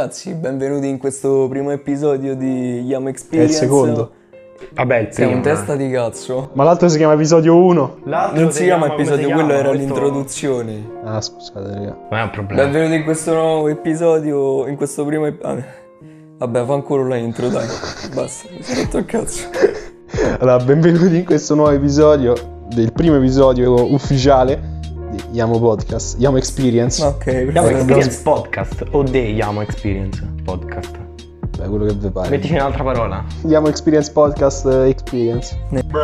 ragazzi, benvenuti in questo primo episodio di Yam È Experience. il secondo. Vabbè, il Siamo primo. in testa di cazzo. Ma l'altro si chiama episodio 1. L'altro Non si chiama come episodio, si quello chiama? era Questo- l'introduzione. Ah, scusate, raga. Non è un problema. Benvenuti in questo nuovo episodio, in questo primo vabbè, fa ancora la intro, dai. Basta, mi sono rotto il cazzo. Allora, benvenuti in questo nuovo episodio, del primo episodio ufficiale di Yamo Podcast, Yamo Experience. Ok, Yamo perfetto. Experience Podcast o The Yamo Experience Podcast. Beh, quello che vi pare. Mettici un'altra parola. Yamo Experience Podcast Experience.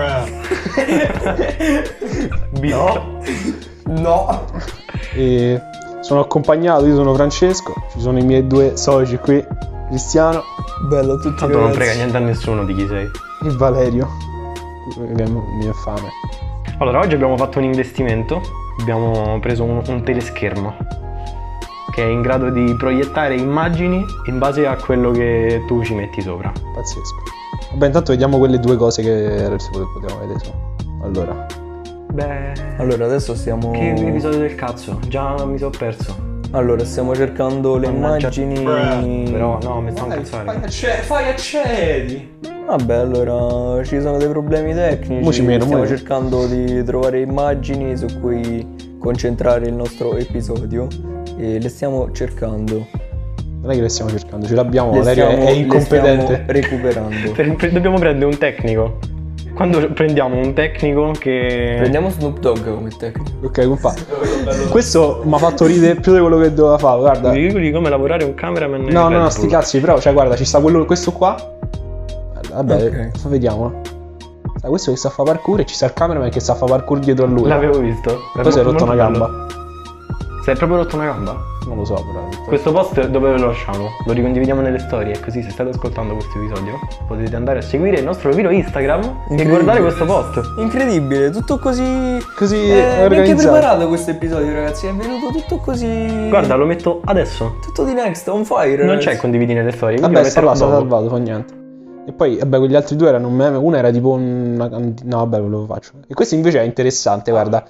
No. E sono accompagnato, io sono Francesco, ci sono i miei due soci qui, Cristiano Bello a tutti Tanto non ragazzi. frega niente a nessuno di chi sei. e Valerio, che mi è fame. Allora, oggi abbiamo fatto un investimento. Abbiamo preso un teleschermo che è in grado di proiettare immagini in base a quello che tu ci metti sopra. Pazzesco. Vabbè, intanto vediamo quelle due cose che adesso potevamo vedere su. Allora, Beh, Allora, adesso stiamo... che episodio del cazzo? Già mi sono perso. Allora, stiamo cercando le Mannaggia. immagini... Però no, mi sto incazzare. Fai accedi! Vabbè, allora ci sono dei problemi tecnici. Mo ci meno, stiamo mo- cercando di trovare immagini su cui concentrare il nostro episodio e le stiamo cercando. non è che le stiamo cercando, ce l'abbiamo, Le Valerio stiamo- è le incompetente. stiamo recuperando. Dobbiamo prendere un tecnico. Quando prendiamo un tecnico che... Prendiamo Snoop Dogg come tecnico. Ok, compa. Questo mi ha fatto ridere più di quello che doveva fare, guarda. Di come lavorare un cameraman. in No, Red sti Bull. cazzi, però, cioè, guarda, ci sta questo qua. Vabbè, Ok. vediamo. Sai, questo che sa fare parkour e ci sta il cameraman che sa fare parkour dietro a lui. L'avevo visto. Poi si è rotto Molto una bello. gamba. Si è proprio rotto una gamba? Non lo so, però. Questo post dove ve lo lasciamo? Lo ricondividiamo nelle storie, così se state ascoltando questo episodio potete andare a seguire il nostro profilo Instagram e Incredibile. guardare questo post. Incredibile, tutto così... Così ben organizzato. preparato questo episodio, ragazzi. È venuto tutto così... Guarda, lo metto adesso. Tutto di next, on fire. Non ragazzi. c'è condividi nelle storie, quindi Vabbè, lo sta metterò là, sta dopo. salvato, fa niente. E poi, vabbè, quegli altri due erano un meme. Una era tipo una... No, vabbè, ve lo faccio. E questo invece è interessante, guarda.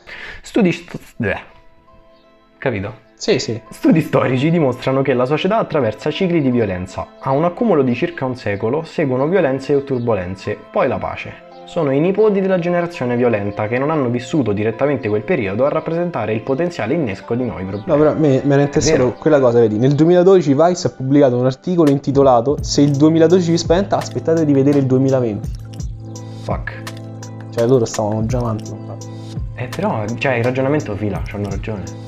Capito? Sì, sì. Studi storici dimostrano che la società attraversa cicli di violenza. A un accumulo di circa un secolo seguono violenze e turbolenze, poi la pace. Sono i nipoti della generazione violenta che non hanno vissuto direttamente quel periodo a rappresentare il potenziale innesco di nuovi problemi. No, però mi era interessato vero. quella cosa, vedi. Nel 2012 Vice ha pubblicato un articolo intitolato "Se il 2012 vi spaventa, aspettate di vedere il 2020". Fuck. Cioè, loro stavano già avanti. Però, cioè, il ragionamento fila, c'hanno ragione.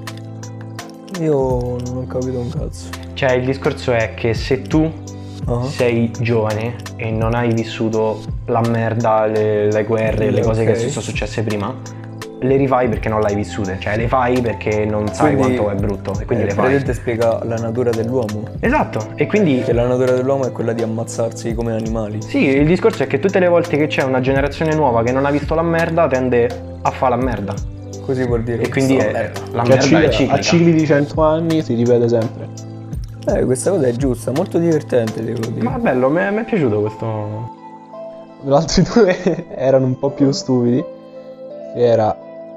Io non ho capito un cazzo. Cioè, il discorso è che se tu Ah. sei giovane e non hai vissuto la merda, le guerre, le cose Ok. che sono successe prima, le rifai perché non le hai vissute. Cioè, le fai perché non sai Quindi- quanto è brutto e quindi le fai. praticamente spiega la natura dell'uomo. Esatto, e quindi... Che la natura dell'uomo è quella di ammazzarsi come animali. Sì, il discorso è che tutte le volte che c'è una generazione nuova che non ha visto la merda tende a fare la merda. Così vuol dire. E quindi questa è, merda. la Che a, merda è ciclica. a cicli di 100 anni si ripete sempre. Questa cosa è giusta, molto divertente, devo dire. Ma bello, mi è piaciuto questo... Gli altri due erano un po' più stupidi. Che era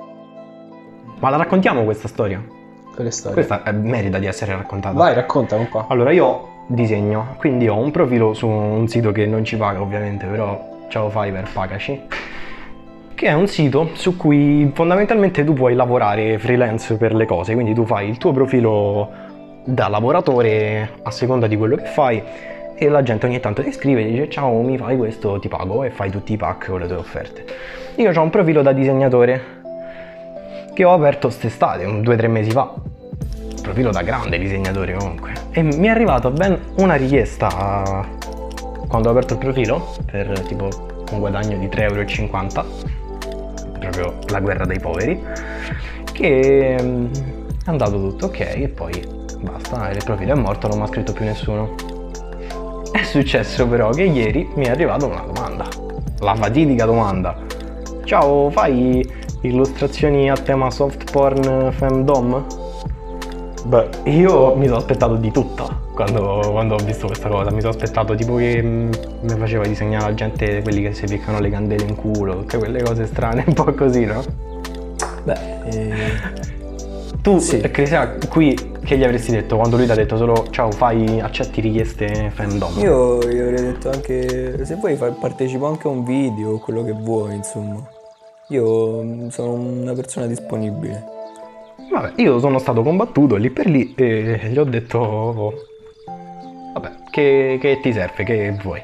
Ma la raccontiamo questa storia? quelle storie. Questa merita di essere raccontata. Vai, racconta un po'. Allora, io disegno, quindi ho un profilo su un sito che non ci paga ovviamente, però ciao Fiverr, pagaci. Che è un sito su cui fondamentalmente tu puoi lavorare freelance per le cose, quindi tu fai il tuo profilo da lavoratore a seconda di quello che fai e la gente ogni tanto ti scrive e dice ciao, mi fai questo, ti pago e fai tutti i pack con le tue offerte. Io ho un profilo da disegnatore che ho aperto quest'estate, 2 o 3 mesi fa. Profilo da grande disegnatore comunque. E mi è arrivata ben una richiesta quando ho aperto il profilo per tipo un guadagno di 3,50 €, proprio la guerra dei poveri, che è andato tutto ok e poi basta, il profilo è morto, non mi ha scritto più nessuno. È successo però che ieri mi è arrivata una domanda, la fatidica domanda. Ciao, fai illustrazioni a tema soft porn femdom? Beh, io mi sono aspettato di tutto quando ho visto questa cosa. Mi sono aspettato tipo che mi faceva disegnare la gente, quelli che si ficcano le candele in culo, tutte quelle cose strane, un po' così, no? Beh, Tu, Sì. Crisea, qui che gli avresti detto quando lui ti ha detto solo ciao, accetti richieste fandom? Io gli avrei detto anche, se vuoi partecipa anche a un video o quello che vuoi, insomma. Io sono una persona disponibile. Vabbè, io sono stato combattuto lì per lì e gli ho detto vabbè, che ti serve, che vuoi?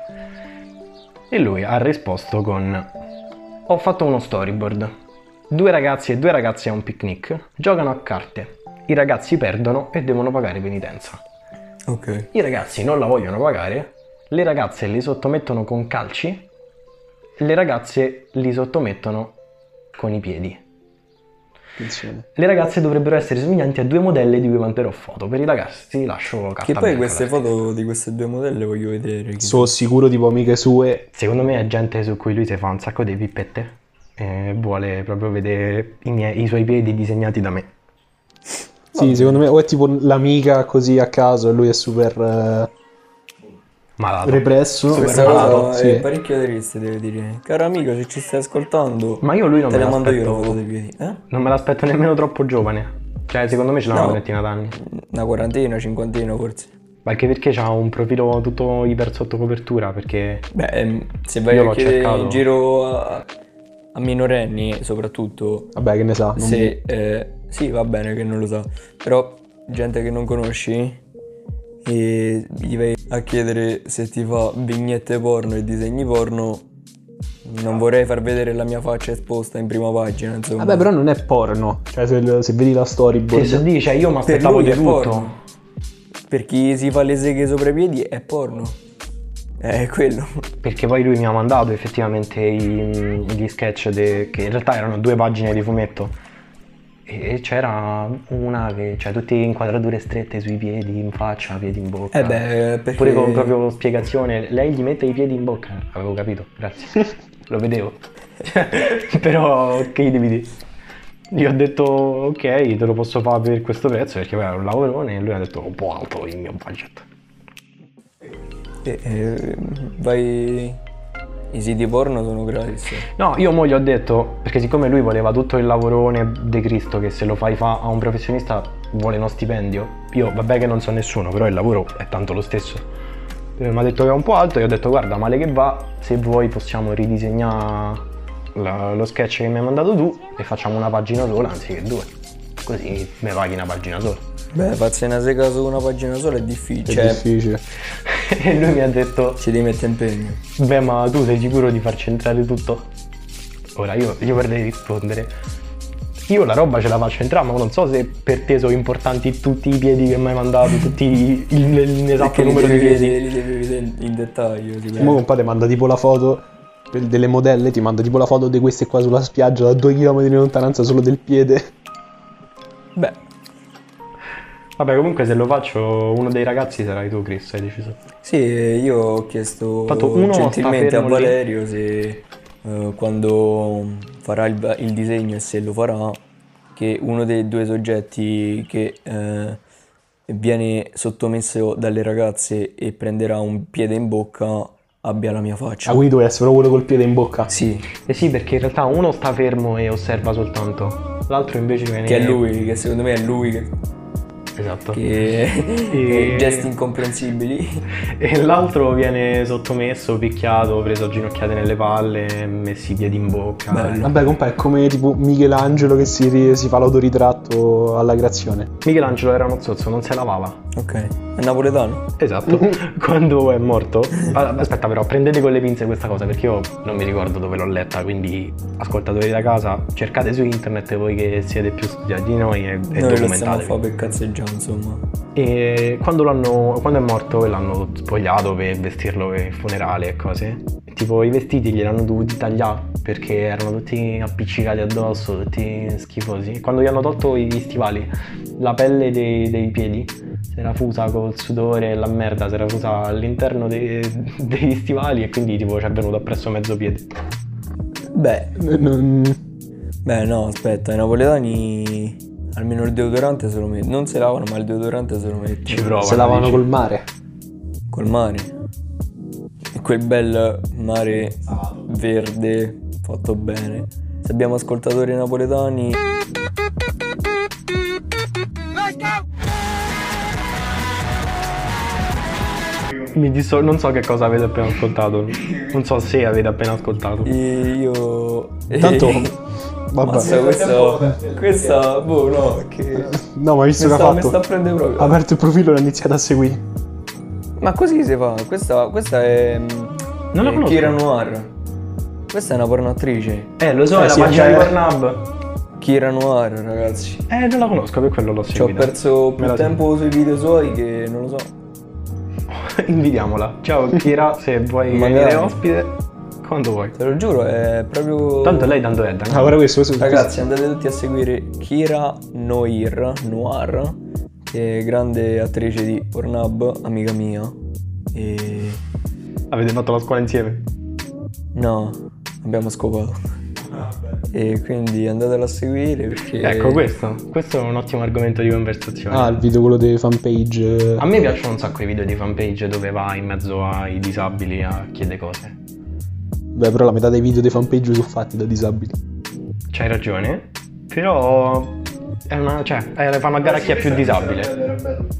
E lui ha risposto con ho fatto uno storyboard. 2 ragazzi e 2 ragazze a un picnic giocano a carte. I ragazzi perdono e devono pagare penitenza. Ok. I ragazzi non la vogliono pagare, le ragazze li sottomettono con calci, le ragazze li sottomettono con i piedi. Attenzione. Le ragazze dovrebbero essere somiglianti a 2 modelle di cui manderò foto. Per i ragazzi lascio carta Che poi bianca queste alla fine. foto di queste 2 modelle voglio vedere. Sono sicuro tipo amiche sue. Secondo me è gente su cui lui si fa un sacco di pippette e vuole proprio vedere i suoi piedi disegnati da me. Sì, secondo me o è tipo l'amica così a caso e lui è super Malato. represso. Questa malato, cosa sì. è parecchio triste, devo dire. Caro amico, se ci stai ascoltando, Ma io lui non te me la mando io la l'aspetto. foto dei piedi. Non me l'aspetto nemmeno troppo giovane. Cioè, secondo me ce l'ha No. una trentina d'anni. Una quarantina, cinquantina forse. Ma anche perché c'ha un profilo tutto iper sotto copertura, perché Beh, se vai Io a l'ho chiedere cercato. in giro a minorenni, soprattutto, Vabbè, che ne sa. non- se... sì, va bene che non lo sa, però gente che non conosci e gli vai a chiedere se ti fa vignette porno e disegni porno, non vorrei far vedere la mia faccia esposta in prima pagina, insomma. Vabbè, però non è porno. Cioè, se vedi la storyboard. se dice io mi Per aspettavo lui di è tutto. porno. Per chi si fa le seghe sopra i piedi è porno. È quello. Perché poi lui mi ha mandato effettivamente gli sketch che in realtà erano 2 pagine di fumetto. E c'era una che cioè tutte inquadrature strette sui piedi, in faccia, piedi in bocca. Perché... Pure con proprio spiegazione, lei gli mette i piedi in bocca. Avevo capito, grazie. Lo vedevo. Però che gli devi dire? Gli ho detto ok, te lo posso fare per questo prezzo perché poi era un lavorone e lui ha detto un po' alto il mio budget. vai... I siti porno sono gratis. No, io mo gli ho detto, perché siccome lui voleva tutto il lavorone de Cristo che se lo fai fa a un professionista vuole uno stipendio, io vabbè che non so nessuno, però il lavoro è tanto lo stesso. Mi ha detto che è un po' alto e io ho detto guarda, male che va, se vuoi possiamo ridisegnare lo sketch che mi hai mandato tu e facciamo una pagina sola anziché 2. Così mi paghi una pagina sola. Beh, farsi una sega su una pagina sola è difficile. È Cioè, difficile. E lui mi ha detto ci devi mettere impegno. beh, ma tu sei sicuro di farci entrare tutto? Ora io vorrei rispondere. Io la roba ce la faccio entrare, ma non so se per te sono importanti tutti i piedi che mi hai mandato, tutti l'esatto Perché numero di piedi. li devi vedere in dettaglio. Mo un po' ti manda tipo la foto delle modelle, ti manda tipo la foto di queste qua sulla spiaggia da 2 km di lontananza solo del piede. Beh, Vabbè, comunque se lo faccio uno dei ragazzi sarai tu, Chris, hai deciso. sì, io ho chiesto Fatto uno gentilmente sta a fermo lì. Valerio se quando farà il disegno e se lo farà, che uno dei 2 soggetti che viene sottomesso dalle ragazze e prenderà un piede in bocca abbia la mia faccia. Ah, quindi dove essere quello col piede in bocca. Sì, Eh sì, perché in realtà uno sta fermo e osserva soltanto, l'altro invece viene... che è lui, che secondo me è lui che Esatto. che gesti incomprensibili. E l'altro viene sottomesso, picchiato, preso a ginocchiate nelle palle, messi i piedi in bocca. Bello. Vabbè, compa, è come tipo Michelangelo che si fa l'autoritratto alla creazione. Michelangelo era uno zozzo, non si lavava. Ok, è napoletano? Esatto. Quando è morto... Allora, aspetta però, prendete con le pinze questa cosa perché io non mi ricordo dove l'ho letta, quindi ascoltatori da casa, cercate su internet voi che siete più studiati di noi e Noi lo stiamo a documentatevi. fare per cazzeggiare, insomma. E quando è morto e l'hanno spogliato per vestirlo per il funerale e cose, tipo i vestiti gliel'hanno dovuti tagliare perché erano tutti appiccicati addosso, tutti schifosi. Quando gli hanno tolto gli stivali, la pelle dei piedi si era fusa col sudore e la merda si era fusa all'interno degli stivali e quindi tipo ci è venuto appresso mezzo piede. Beh, Non- no, aspetta, i napoletani almeno il deodorante se lo mettono. Non se lavano, ma il deodorante se lo mettono. Ci provano, Se lavano dici. col mare. Col mare. E quel bel mare verde fatto bene. Se abbiamo ascoltatori napoletani, Non so che cosa avete appena ascoltato. Non so se avete appena ascoltato. Io... Tanto, vabbè. Mazza, questa... Boh, no, che... No, ma visto che ha Mi sta fatto, a prendere proprio. ha aperto il profilo e l'ha iniziato a seguire. Ma così si fa. Questa è... Non la conosco. Kira Noir. Questa è una pornoattrice. Lo so, è la sì, pagina di è- Pornhub. Kira Noir, ragazzi. Non la conosco, per quello l'ho Ci ho seguita. perso Me più la tempo sui video suoi che non lo so. Invidiamola. Ciao Kira, se vuoi Magari. venire ospite, quando vuoi. Te lo giuro, è proprio... Tanto lei tanto è, dai. Ah, guarda questo. Ragazzi, andate tutti a seguire Kira Noir, che è grande attrice di Pornhub, amica mia. E... Avete fatto la scuola insieme? no, abbiamo scopato. E quindi andatela a seguire perché... Ecco, questo è un ottimo argomento di conversazione. Ah, il video quello dei fanpage. A me piacciono un sacco i video di fanpage dove va in mezzo ai disabili a chiedere cose. Beh, però la metà dei video dei fanpage sono fatti da disabili. C'hai ragione, però fanno a gara chi è più disabile.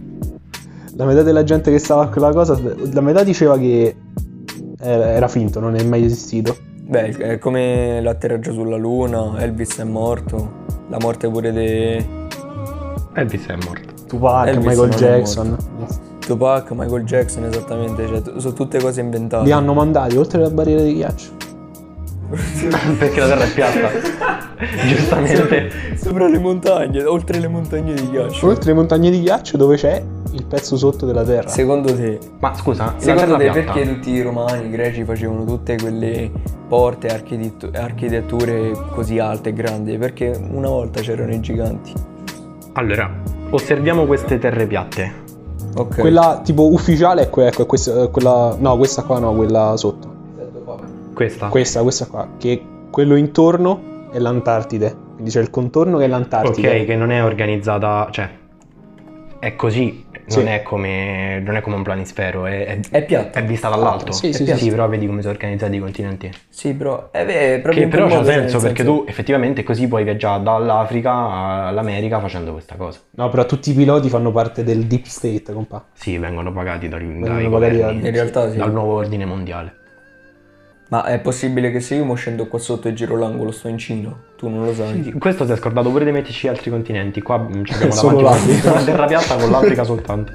La metà della gente che stava a quella cosa, la metà diceva che era finto, non è mai esistito. Beh, è come l'atterraggio sulla luna, Elvis è morto, la morte pure di Elvis è morto. Tupac, Elvis Michael non è Jackson. Tupac, Michael Jackson, esattamente, cioè sono tutte cose inventate. Li hanno mandati oltre la barriera di ghiaccio. Perché la terra è piatta. Giustamente. Sopra le montagne, oltre le montagne di ghiaccio. Oltre le montagne di ghiaccio dove c'è il pezzo sotto della terra. Secondo te? Ma scusa, la Secondo terra te piatta. perché tutti i romani, i greci facevano tutte quelle porte, architetture così alte e grandi? Perché una volta c'erano i giganti. Allora, osserviamo queste terre piatte. Ok. Quella tipo ufficiale è quella. No, questa qua no, quella sotto. Questa. Questa qua. Che quello intorno è l'Antartide. Quindi c'è il contorno che è l'Antartide. Ok, che non è organizzata, cioè è così, Sì. non è come un planisfero, è piatta. è vista dall'alto. Sì, sì, È sì. però vedi come sono organizzati i continenti. Sì, bro. È proprio Che in però quel c'ha modo, senso nel perché tu effettivamente così puoi viaggiare dall'Africa all'America facendo questa cosa. No, però tutti i piloti fanno parte del Deep State, compa. Sì, vengono pagati dai pagati governi, In realtà sì. dal nuovo ordine mondiale. Ma è possibile che se io mo scendo qua sotto e giro l'angolo sto in Cina? Tu non lo sai. Questo si è scordato pure di metterci altri continenti. Qua abbiamo Solo davanti l'Africa. una terra piatta con l'Africa soltanto.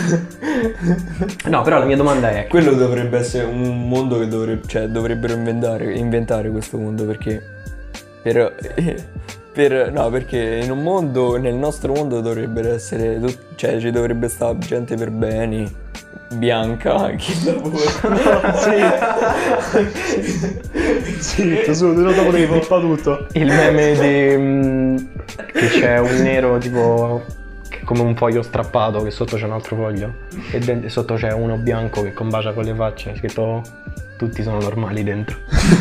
No, però la mia domanda è: Quello dovrebbe essere un mondo che dovrebbero inventare questo mondo perché perché in un mondo, nel nostro mondo dovrebbero essere ci dovrebbe stare gente per bene, bianca, chi lavora. Sì, solo dopo devi fare tutto. il meme di che c'è un nero tipo che è come un foglio strappato, che sotto c'è un altro foglio e sotto c'è uno bianco che combacia con le facce, è scritto tutti sono normali dentro.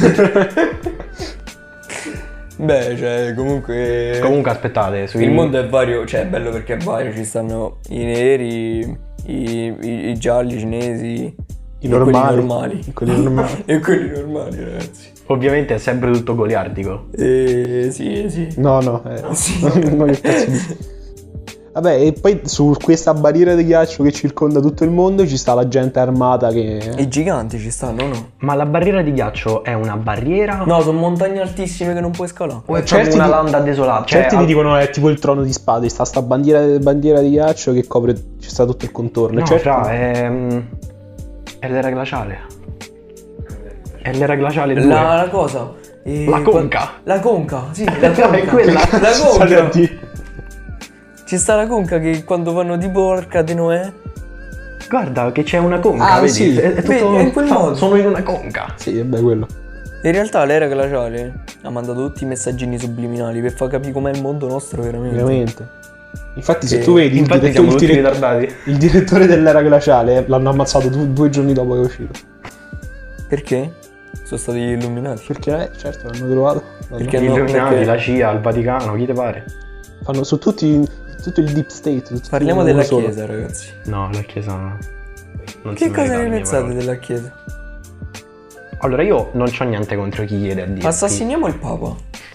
Beh, cioè comunque Comunque aspettate, il mondo è vario, cioè è bello perché è vario, ci stanno i neri, i gialli cinesi, I e normali. quelli normali. Quelli normali. E quelli normali, ragazzi. ovviamente è sempre tutto goliardico. Sì. No, Sì. no, che cazzo dici? Vabbè, e poi su questa barriera di ghiaccio che circonda tutto il mondo ci sta la gente armata che... I giganti ci stanno, no? Ma la barriera di ghiaccio è una barriera No, sono montagne altissime che non puoi scalare. o è certi proprio una di- landa desolata? Cioè, Certi ti dicono è tipo il trono di spade, sta bandiera di ghiaccio che copre, ci sta tutto il contorno. no, Certi- fra, è l'era glaciale. È l'era glaciale 2. La cosa. La conca. La conca, sì, la conca. È quella. La Sale a conca. dire. Ci sta la conca che quando fanno tipo l'arca di Noè. Guarda che c'è una conca, Ah, vedi? sì. È tutto... Vedi, è in quel modo. Sono in una conca. Sì, vabbè, quello. In realtà l'era glaciale ha mandato tutti i messaggini subliminali per far capire com'è il mondo nostro veramente. Veramente. Infatti se Che- tu vedi Infatti siamo tutti ritardati. il direttore dell'era glaciale l'hanno ammazzato due giorni dopo che è uscito. Perché? Sono stati illuminati. Perché certo l'hanno trovato. Perché Gli no, illuminati, perché- la CIA, il Vaticano, chi te pare? Fanno su tutto il deep state. Parliamo uno della solo. chiesa, ragazzi. No, la chiesa non si Che cosa merita ne le mie pensate parole. della chiesa? Allora io non c'ho niente contro chi chiede a Dio. Assassiniamo il Papa.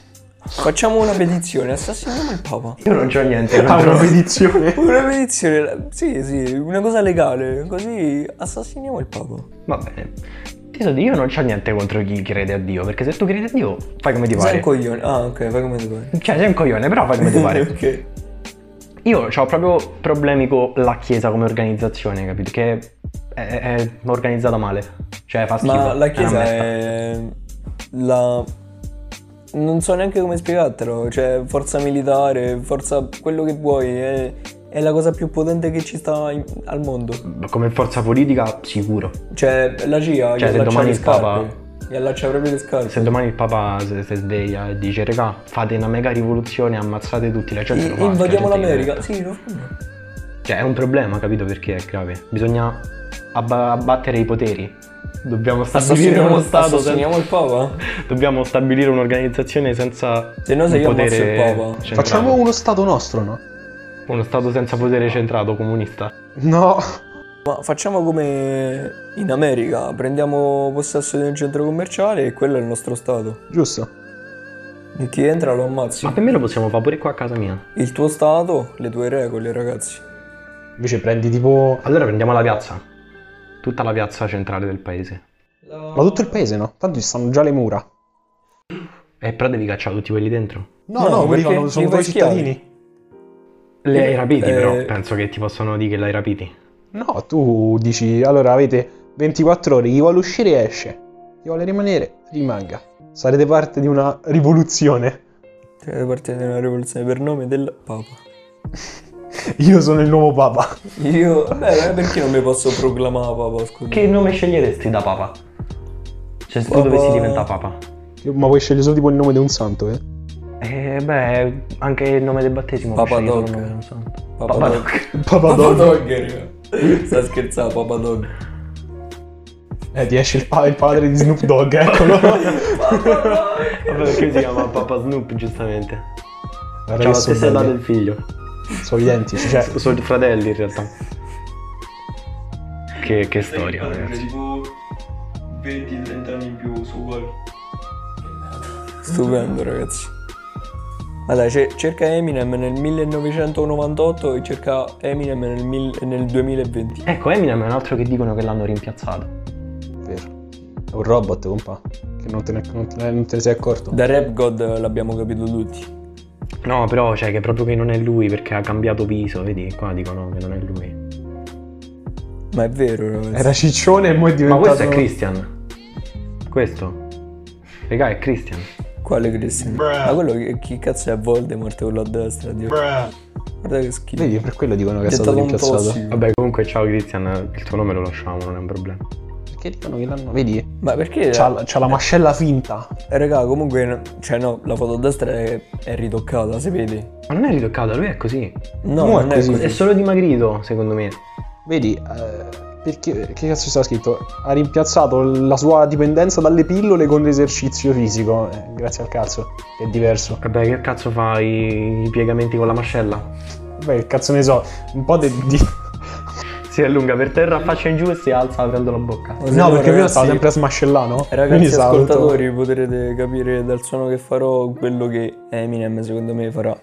Facciamo una petizione, assassiniamo il Papa. Io non c'ho niente Ah, contro una petizione. Una petizione, sì, una cosa legale, così assassiniamo il Papa. Va bene. Io non c'ho niente contro chi crede a Dio, perché se tu credi a Dio, fai come ti Sei pare. un coglione. Ah, ok, fai come ti pare. Cioè, sei un coglione, però fai come ti pare. Ok. Io ho proprio problemi con la Chiesa come organizzazione, capito? Che è organizzata male. Cioè, fa schifo. Ma la una Chiesa merda. è la... Non so neanche come spiegartelo, cioè forza militare, forza quello che vuoi, è la cosa più potente che ci sta al mondo. Come forza politica, sicuro. Cioè la CIA Cioè, gli se allaccia domani le il Papa- scarpe, gli allaccia proprio le scarpe. Se domani il Papa si sveglia e dice, regà, fate una mega rivoluzione, ammazzate tutti, la gente lo fa. Invadiamo la gente l'America, che- sì, lo fanno. Cioè, è un problema, capito perché è grave. Bisogna abbattere i poteri. Dobbiamo stabilire uno Stato assassiniamo il Papa? Dobbiamo stabilire un'organizzazione senza Se no se un io ammazzo potere il Papa. centrato. Facciamo uno stato nostro, no? Uno Stato senza potere centrato, comunista. No. Ma facciamo come in America, prendiamo possesso di un centro commerciale e quello è il nostro Stato. Giusto. E chi entra lo ammazzi. Ma per me lo possiamo fare pure qua a casa mia. Il tuo Stato, le tue regole, ragazzi. Invece prendi tipo... Allora prendiamo la piazza. Tutta la piazza centrale del paese. Ma tutto il paese, no? Tanto ci stanno già le mura. Però devi cacciare tutti quelli dentro. No, No, quelli perché sono li tuoi fai schiavi. cittadini. Li hai rapiti, però. Eh. Penso che ti possono dire che l'hai rapiti. No, tu dici, allora avete 24 ore, chi vuole uscire esce, chi vuole rimanere rimanga. Sarete parte di una rivoluzione. Siete partiti da una rivoluzione per nome del Papa. Io sono il nuovo papa. Io, beh, perché non mi posso proclamare Papa, scusa? Che nome sceglieresti da papa? Cioè, se tu Papa- dovessi diventare papa. Ma puoi scegliere solo tipo il nome di un santo, eh? Beh, anche il nome del battesimo. Papa scegli solo Doc. il nome di un santo. Papa Papa Doc. Doc. Papa Papa Dog. Dog, raga. Sta scherzando, Papa Dog. Ti esce il padre di Snoop Dogg, eccolo. Vabbè, perché si chiama Papa Snoop, giustamente. Guarda C'ha che la sono stessa età belli. del figlio. Sono identici, cioè... Sono fratelli, in realtà. Che storia, ragazzi. Tipo 20-30 anni in più su uguali. Stupendo, ragazzi. Ma dai, cerca Eminem nel 1998 e cerca Eminem nel 2020. Ecco, Eminem è un altro che dicono che l'hanno rimpiazzato. Vero. È un robot, compa. Che non te ne sei accorto. Da Rap God l'abbiamo capito tutti. No, però, cioè, che proprio che non è lui perché ha cambiato viso, vedi? Qua dicono che non è lui. Ma è vero, ragazzi. Era ciccione e mo è Ma diventato... questo è Christian. Questo. Regà, è Christian. Quale Christian? Ma quello chi cazzo è Voldemort quello a destra? Dio. Guarda che schifo. Vedi, per quello dicono che è È stato stato un rimpiazzato. tossico. Vabbè, comunque, ciao Christian, il tuo nome lo lasciamo, non è un problema. Perché dicono che l'hanno... Vedi? Ma perché? C'ha la mascella finta. Raga, comunque, cioè no, la foto a destra è ritoccata, si vede. Ma non è ritoccata, lui è così. No, No, non è è così. così. È solo dimagrito, secondo me. Vedi, perché... Che cazzo sta scritto? Ha rimpiazzato la sua dipendenza dalle pillole con l'esercizio fisico. Grazie al cazzo, che è diverso. Vabbè, che cazzo fa i piegamenti con la mascella? Beh, che cazzo ne so, un po' di... Si allunga per terra, faccia in giù e si alza aprendo la bocca. No, perché prima stava sempre a smascellare, no? Quindi Ragazzi stava tutto- ascoltatori, potrete capire dal suono che farò quello che Eminem secondo me farà.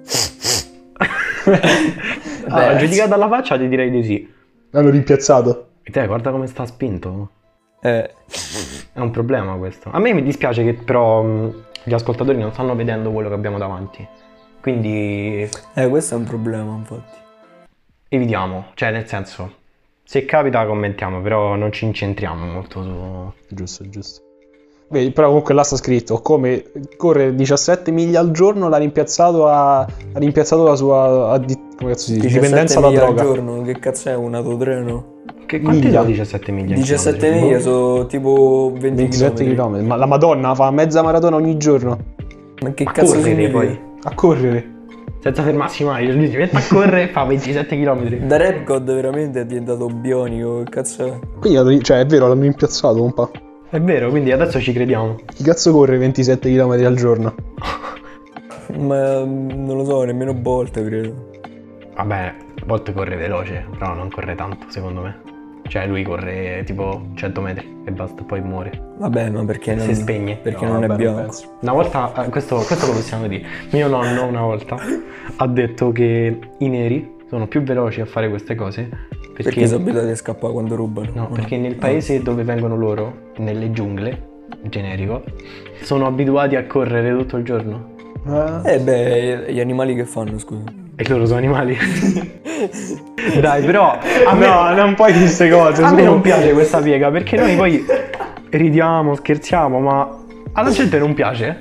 Allora, giudicata dalla faccia ti direi di sì. L'hanno rimpiazzato. E te, guarda come sta spinto. Eh, È un problema questo. A me mi dispiace che però gli ascoltatori non stanno vedendo quello che abbiamo davanti. Quindi questo è un problema, infatti. evitiamo. Cioè, nel senso, se capita commentiamo, però non ci incentriamo molto su... Giusto, giusto. Vedi, però comunque là sta scritto come corre 17 miglia al giorno, l'ha rimpiazzato ha rimpiazzato la sua come cazzo si dice, 17 dipendenza da miglia al droga. giorno, che cazzo è un autotreno? Che quanti Miglia. sono 17 miglia? 17 miglia sono tipo 20 27 km. km. Ma la Madonna fa mezza maratona ogni giorno Ma che Ma cazzo correre significa? poi. a correre. Senza fermarsi mai. Lui si mette a correre e fa 27 km. Da Rap God veramente è diventato bionico, che cazzo è? Quindi, cioè, è vero, l'hanno rimpiazzato un po'. È vero, quindi adesso ci crediamo. Chi cazzo corre 27 km al giorno? Ma non lo so, nemmeno Bolt credo. Vabbè, a volte corre veloce, però non corre tanto, secondo me. Cioè lui corre tipo 100 metri e basta, poi muore. Vabbè, ma perché non, Si spegne. perché No, non è vabbè, bianco. penso. Una volta, questo lo possiamo dire, mio nonno una volta ha detto che i neri sono più veloci a fare queste cose Perché sono abituati a scappare quando rubano. no, perché nel paese dove vengono loro, nelle giungle, generico, sono abituati a correre tutto il giorno. Beh, gli animali che fanno, scusa? E loro sono animali. Dai, però a me, No, non puoi dire queste cose. a me non piace questa piega perché noi poi ridiamo, scherziamo, ma alla gente non piace.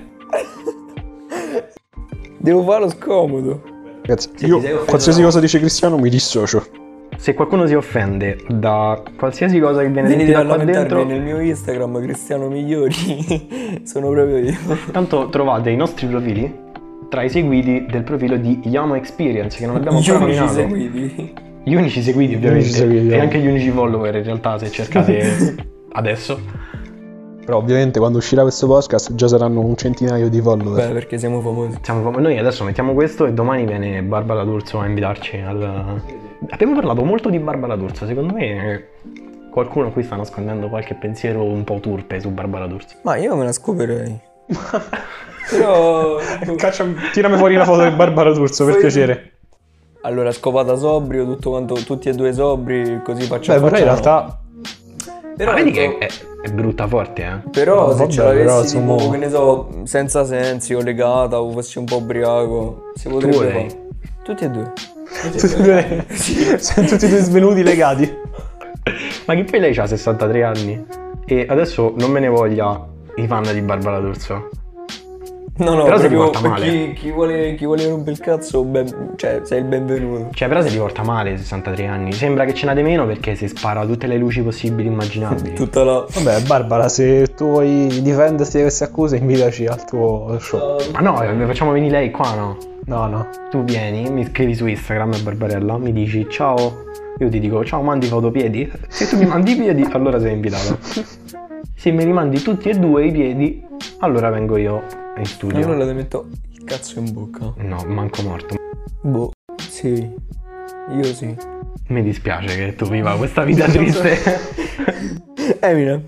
Devo fare lo scomodo. Ragazzi, Se io ti sei offeso qualsiasi da- cosa dice Cristiano mi dissocio. Se qualcuno si offende da qualsiasi cosa che viene Venite detta a qua lamentarvi dentro, nel mio Instagram, Cristiano Migliori. Sono proprio io. tanto trovate i nostri profili tra i seguiti del profilo di Yamo Experience, che non abbiamo Gli ancora unici nominato. seguiti. Gli unici seguiti, ovviamente. unici seguiti, E no. anche gli unici follower, in realtà, se cercate adesso. Però ovviamente quando uscirà questo podcast già saranno un centinaio di follower. Beh, perché siamo famosi. Noi adesso mettiamo questo e domani viene Barbara D'Urso a invitarci al... Abbiamo parlato molto di Barbara D'Urso, secondo me qualcuno qui sta nascondendo qualche pensiero un po' turpe su Barbara D'Urso. Ma io me la scoperei. Però... Tirami fuori la foto di Barbara D'Urso, per Poi- piacere. Allora, scopata sobrio, tutto quanto, tutti e due sobri, così faccio Beh, però in no. realtà Però, Ma vedi che è brutta forte, eh? però se Vabbè, ce l'avessi però, tipo, insomma- che ne so, senza sensi o legata o fossi un po' ubriaco, si potrebbe o lei? fare. Tutti e due. tutti e due sono tutti e due svenuti legati. Ma che poi lei ha 63 anni e adesso non me ne voglia i fan di Barbara D'Urso. No, no, Però si proprio riporta male. chi vuole rompere il cazzo, cioè, sei il benvenuto. Cioè, però si riporta male ai 63 anni. Sembra che ce n'ha di meno perché si spara tutte le luci possibili e immaginabili. Tutta la... Vabbè, Barbara, se tu vuoi difenderti da queste accuse, invitaci al tuo show. Ma no, facciamo venire lei qua, no? No, no. Tu vieni, mi scrivi su Instagram Barbarella, mi dici ciao, io ti dico ciao, mandi foto piedi? Se tu mi mandi i piedi, allora sei invitato. Se mi rimandi tutti e due i piedi, allora vengo io in studio. Allora ti metto il cazzo in bocca. No, manco morto. Boh, sì. Io sì. Mi dispiace che tu viva questa vita triste. Eminem.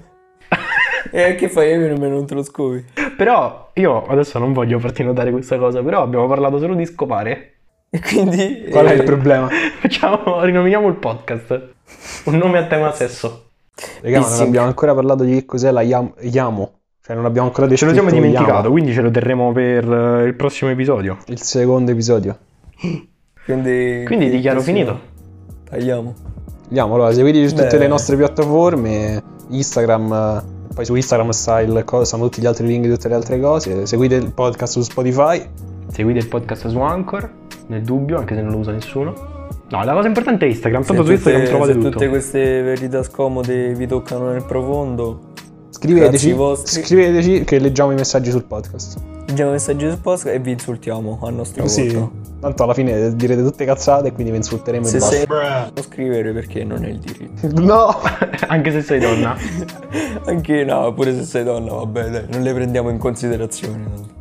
E che fai Eminem e non te lo scopi? Però io adesso non voglio farti notare questa cosa, però abbiamo parlato solo di scopare. E quindi... Qual è il problema? Rinominiamo il podcast. Un nome a tema sesso. Raga, ma non Pissing. abbiamo ancora parlato di che cos'è la Yamo. Cioè, non abbiamo ancora Ce lo descritto siamo dimenticato, Yamo. quindi ce lo terremo per il prossimo episodio. Il secondo episodio. Quindi dichiaro finito. Tagliamo. Yamo, allora, seguiteci su tutte Beh. le nostre piattaforme, Instagram, poi su Instagram stanno tutti gli altri link di tutte le altre cose. Seguite il podcast su Spotify. Seguite il podcast su Anchor, nel dubbio, anche se non lo usa nessuno. No, la cosa importante è Instagram, tanto su Instagram trovate se tutto. tutte queste verità scomode vi toccano nel profondo, Scriveteci, Cazzi vostri. scriveteci che leggiamo i messaggi sul podcast. leggiamo messaggi sul post e vi insultiamo a nostra Sì, volta. tanto alla fine direte tutte cazzate e quindi vi insulteremo Se e sei basta. non scrivere perché non è il diritto. No! Anche se sei donna. Anche no, pure se sei donna, vabbè, dai, non le prendiamo in considerazione.